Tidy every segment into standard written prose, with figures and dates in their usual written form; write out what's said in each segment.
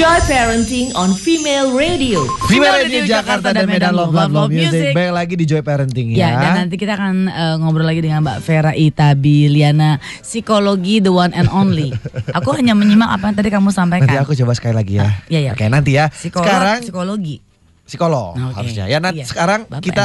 Joy Parenting on Female Radio. Female Radio Jakarta dan Medan Love Music. Baik lagi di Joy Parenting ya. Dan nanti kita akan ngobrol lagi dengan Mbak Vera Itabiliana, psikologi the one and only. Aku hanya menyimak apa yang tadi kamu sampaikan. Nanti aku coba sekali lagi ya. Iya. Oke, nanti ya. Sekarang psikolog harusnya. Ya Nat, sekarang Bapak kita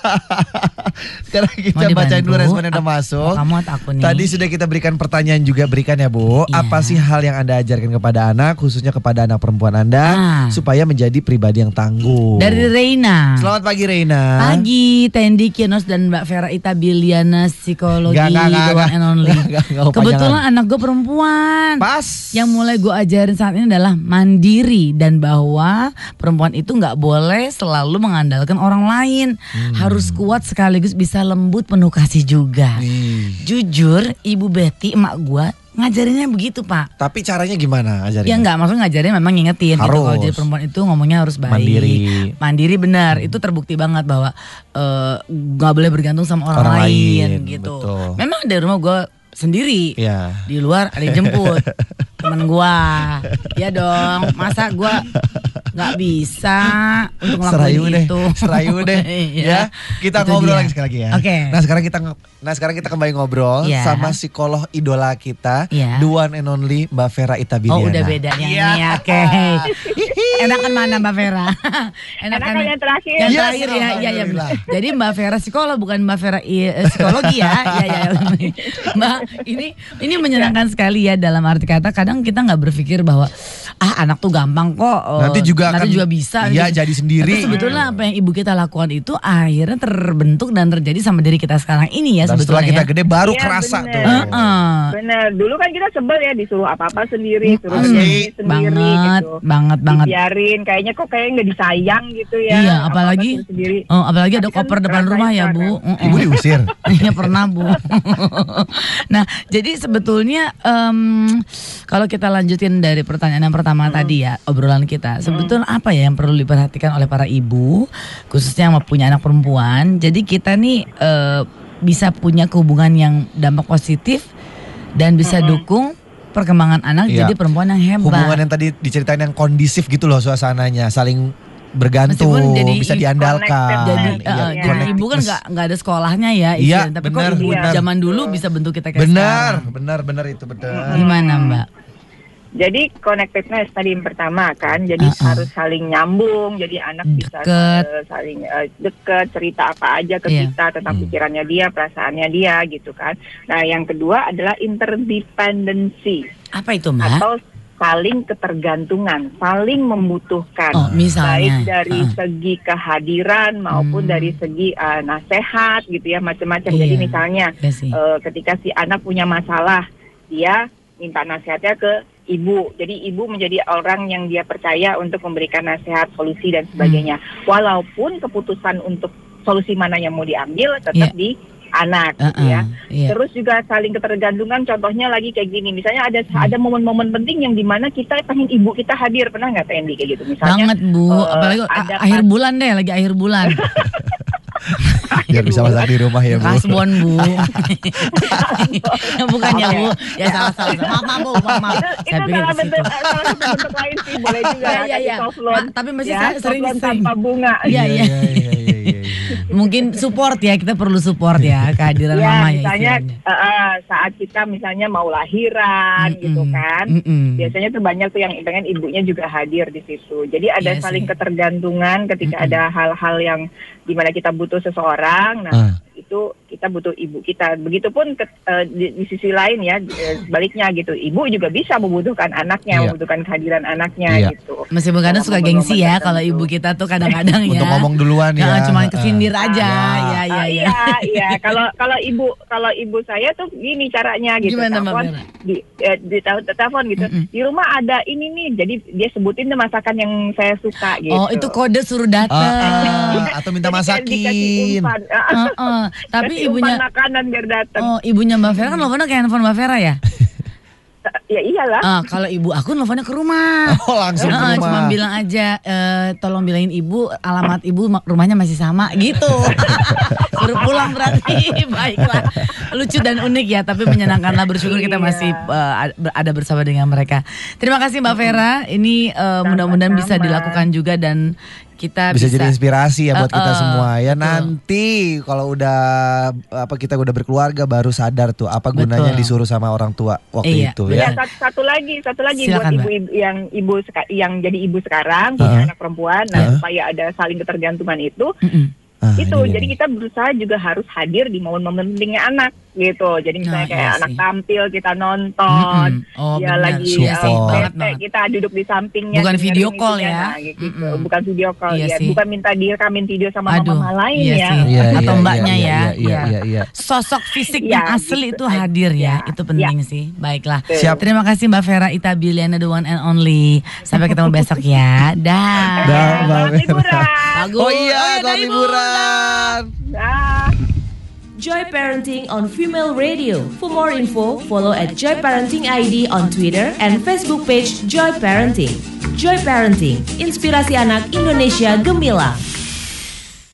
bacain dulu respon yang udah masuk. Kamu atau aku nih? Tadi sudah kita berikan pertanyaan juga, berikan ya Bu. Iya. Apa sih hal yang Anda ajarkan kepada anak, khususnya kepada anak perempuan Anda, supaya menjadi pribadi yang tangguh? Dari Reina. Selamat pagi Reina. Pagi Tendi Kianos dan Mbak Vera Itabiliana, psikologi the one and only. Kebetulan anak gue perempuan. Pas. Yang mulai gue ajarin saat ini adalah mandiri, dan bahwa perempuan itu nggak boleh selalu mengandalkan orang lain. Harus kuat sekaligus bisa lembut, penuh kasih juga. Jujur, Ibu Betty, emak gue ngajarinnya begitu Pak. Tapi caranya gimana ajarinnya? Ya enggak, maksudnya ngajarin memang ngingetin gitu. Kalau jadi perempuan itu ngomongnya harus baik. Mandiri benar. Itu terbukti banget bahwa gak boleh bergantung sama orang lain gitu. Betul. Memang dari rumah gue sendiri. Di luar ada yang jemput. Temen gue. Ya dong, masa gue gak bisa untuk ngelakuin itu. Serayu deh. Ya, kita itu ngobrol lagi sekali lagi ya. Okay. Nah sekarang kita kembali ngobrol sama psikolog idola kita, the one and only Mbak Vera Itabiliana. Oh udah beda yang ini, oke. Enakan mana Mbak Vera? Enakan yang terakhir. Yang terakhir ya. Jadi Mbak Vera psikolog, bukan Mbak Vera psikologi ya. Ya. Mbak, ini menyenangkan sekali ya, dalam arti kata kadang kita nggak berpikir bahwa anak tuh gampang kok. Nanti juga bisa. Iya, jadi sendiri. Tapi sebetulnya apa yang ibu kita lakukan itu akhirnya terbentuk dan terjadi sama diri kita sekarang ini ya. Dan setelah kita gede baru kerasa bener. tuh. Bener. Dulu kan kita sebel ya, disuruh apa-apa sendiri, suruh sendiri gitu. Banget. Dibiarin, kayaknya nggak disayang gitu ya. Iya, apalagi ada koper depan rumah ya Bu. Ibu diusir. Iya pernah Bu. Nah, jadi sebetulnya kalau kita lanjutin dari pertanyaan yang pertama tadi ya, obrolan kita, sebetulnya apa ya yang perlu diperhatikan oleh para ibu, khususnya yang punya anak perempuan. Jadi kita nih bisa punya hubungan yang dampak positif dan bisa dukung perkembangan anak jadi perempuan yang hebat. Hubungan yang tadi diceritain yang kondisif gitu loh suasananya, saling bergantung, bisa diandalkan. Jadi ibu kan nggak ada sekolahnya ya, tapi kok ibu zaman dulu bisa bentuk kita kayak sekarang. Benar itu betul. Gimana Mbak? Jadi connectedness tadi yang pertama kan, jadi harus saling nyambung, jadi anak bisa saling deket, cerita apa aja ke kita tentang pikirannya dia, perasaannya dia gitu kan. Nah yang kedua adalah interdependency. Apa itu Mbak? Atau saling ketergantungan, saling membutuhkan, misalnya, baik dari segi kehadiran maupun dari segi nasihat gitu ya, macam-macam. Jadi misalnya ketika si anak punya masalah, dia minta nasihatnya ke ibu. Jadi ibu menjadi orang yang dia percaya untuk memberikan nasihat, solusi dan sebagainya. Walaupun keputusan untuk solusi mana yang mau diambil tetap di anak gitu ya. Terus juga saling ketergantungan, contohnya lagi kayak gini. Misalnya ada momen-momen penting yang dimana kita pengen ibu kita hadir. Pernah nggak Tendi kayak gitu? Misalnya banget Bu, apalagi akhir bulan deh, lagi akhir bulan. Biar bisa masak di rumah ya Bu. Kasbon Bu. Bukan ya Bu. Ya salah. Maaf Bu, maaf. Itu salah bentuk lain sih, boleh juga. Iya. Tapi masih sering tanpa bunga. Iya. Mungkin support ya, kita perlu support ya kehadiran mama ya. Misalnya saat kita misalnya mau lahiran gitu kan. Biasanya tuh banyak tuh yang pengen ibunya juga hadir di situ. Jadi ada saling ketergantungan ketika ada hal-hal yang dimana kita butuh seseorang. Nah itu kita butuh ibu kita. Begitupun di sisi lain ya, sebaliknya gitu. Ibu juga bisa membutuhkan anaknya, membutuhkan kehadiran anaknya gitu. Meskipun kadang suka gengsi ya kalau ibu kita tuh kadang-kadang ya. Untuk ngomong duluan ya. Cuma kesindir aja. Iya. Kalau ibu saya tuh gini caranya gitu. Gimana di telepon gitu. Di rumah ada ini nih. Jadi dia sebutin tuh masakan yang saya suka gitu. Oh, itu kode suruh datang. Atau minta masakin. Tapi ibunya makanan biar datang. Oh, ibunya Mbak Vera kan teleponnya kayak handphone Mbak Vera ya? Ya iyalah. Kalau ibu aku nelfonnya ke rumah. Oh, langsung ke rumah. Cuma bilang aja, tolong bilangin ibu alamat ibu rumahnya masih sama gitu. Suruh pulang berarti. Baiklah. Lucu dan unik ya, tapi menyenangkanlah, bersyukur kita masih ada bersama dengan mereka. Terima kasih Mbak Vera. Ini mudah-mudahan bisa dilakukan juga dan kita bisa jadi inspirasi ya buat kita semua ya. Betul. Nanti kalau kita udah berkeluarga baru sadar tuh apa gunanya disuruh sama orang tua waktu itu ya. Satu lagi Silakan, buat ibu yang jadi ibu sekarang punya anak perempuan, supaya ada saling ketergantungan itu. Jadi kita berusaha juga harus hadir di momen-momen pentingnya anak gitu. Jadi misalnya kayak anak tampil kita nonton, dia lagi bete, kita duduk di sampingnya. Bukan video call ya. Gitu. Bukan video call ya. Bukan minta direkamin video sama mama lain atau mbaknya ya. Sosok fisik yang asli itu hadir ya. Itu penting sih. Baiklah. Terima kasih Mbak Vera Itabiliana, the one and only. Sampai ketemu besok ya. Dah. Selamat liburan. Oh iya, selamat liburan. Joy Parenting on Female Radio. For more info, follow at Joy Parenting ID on Twitter and Facebook page Joy Parenting. Joy Parenting, inspirasi anak Indonesia gemilang.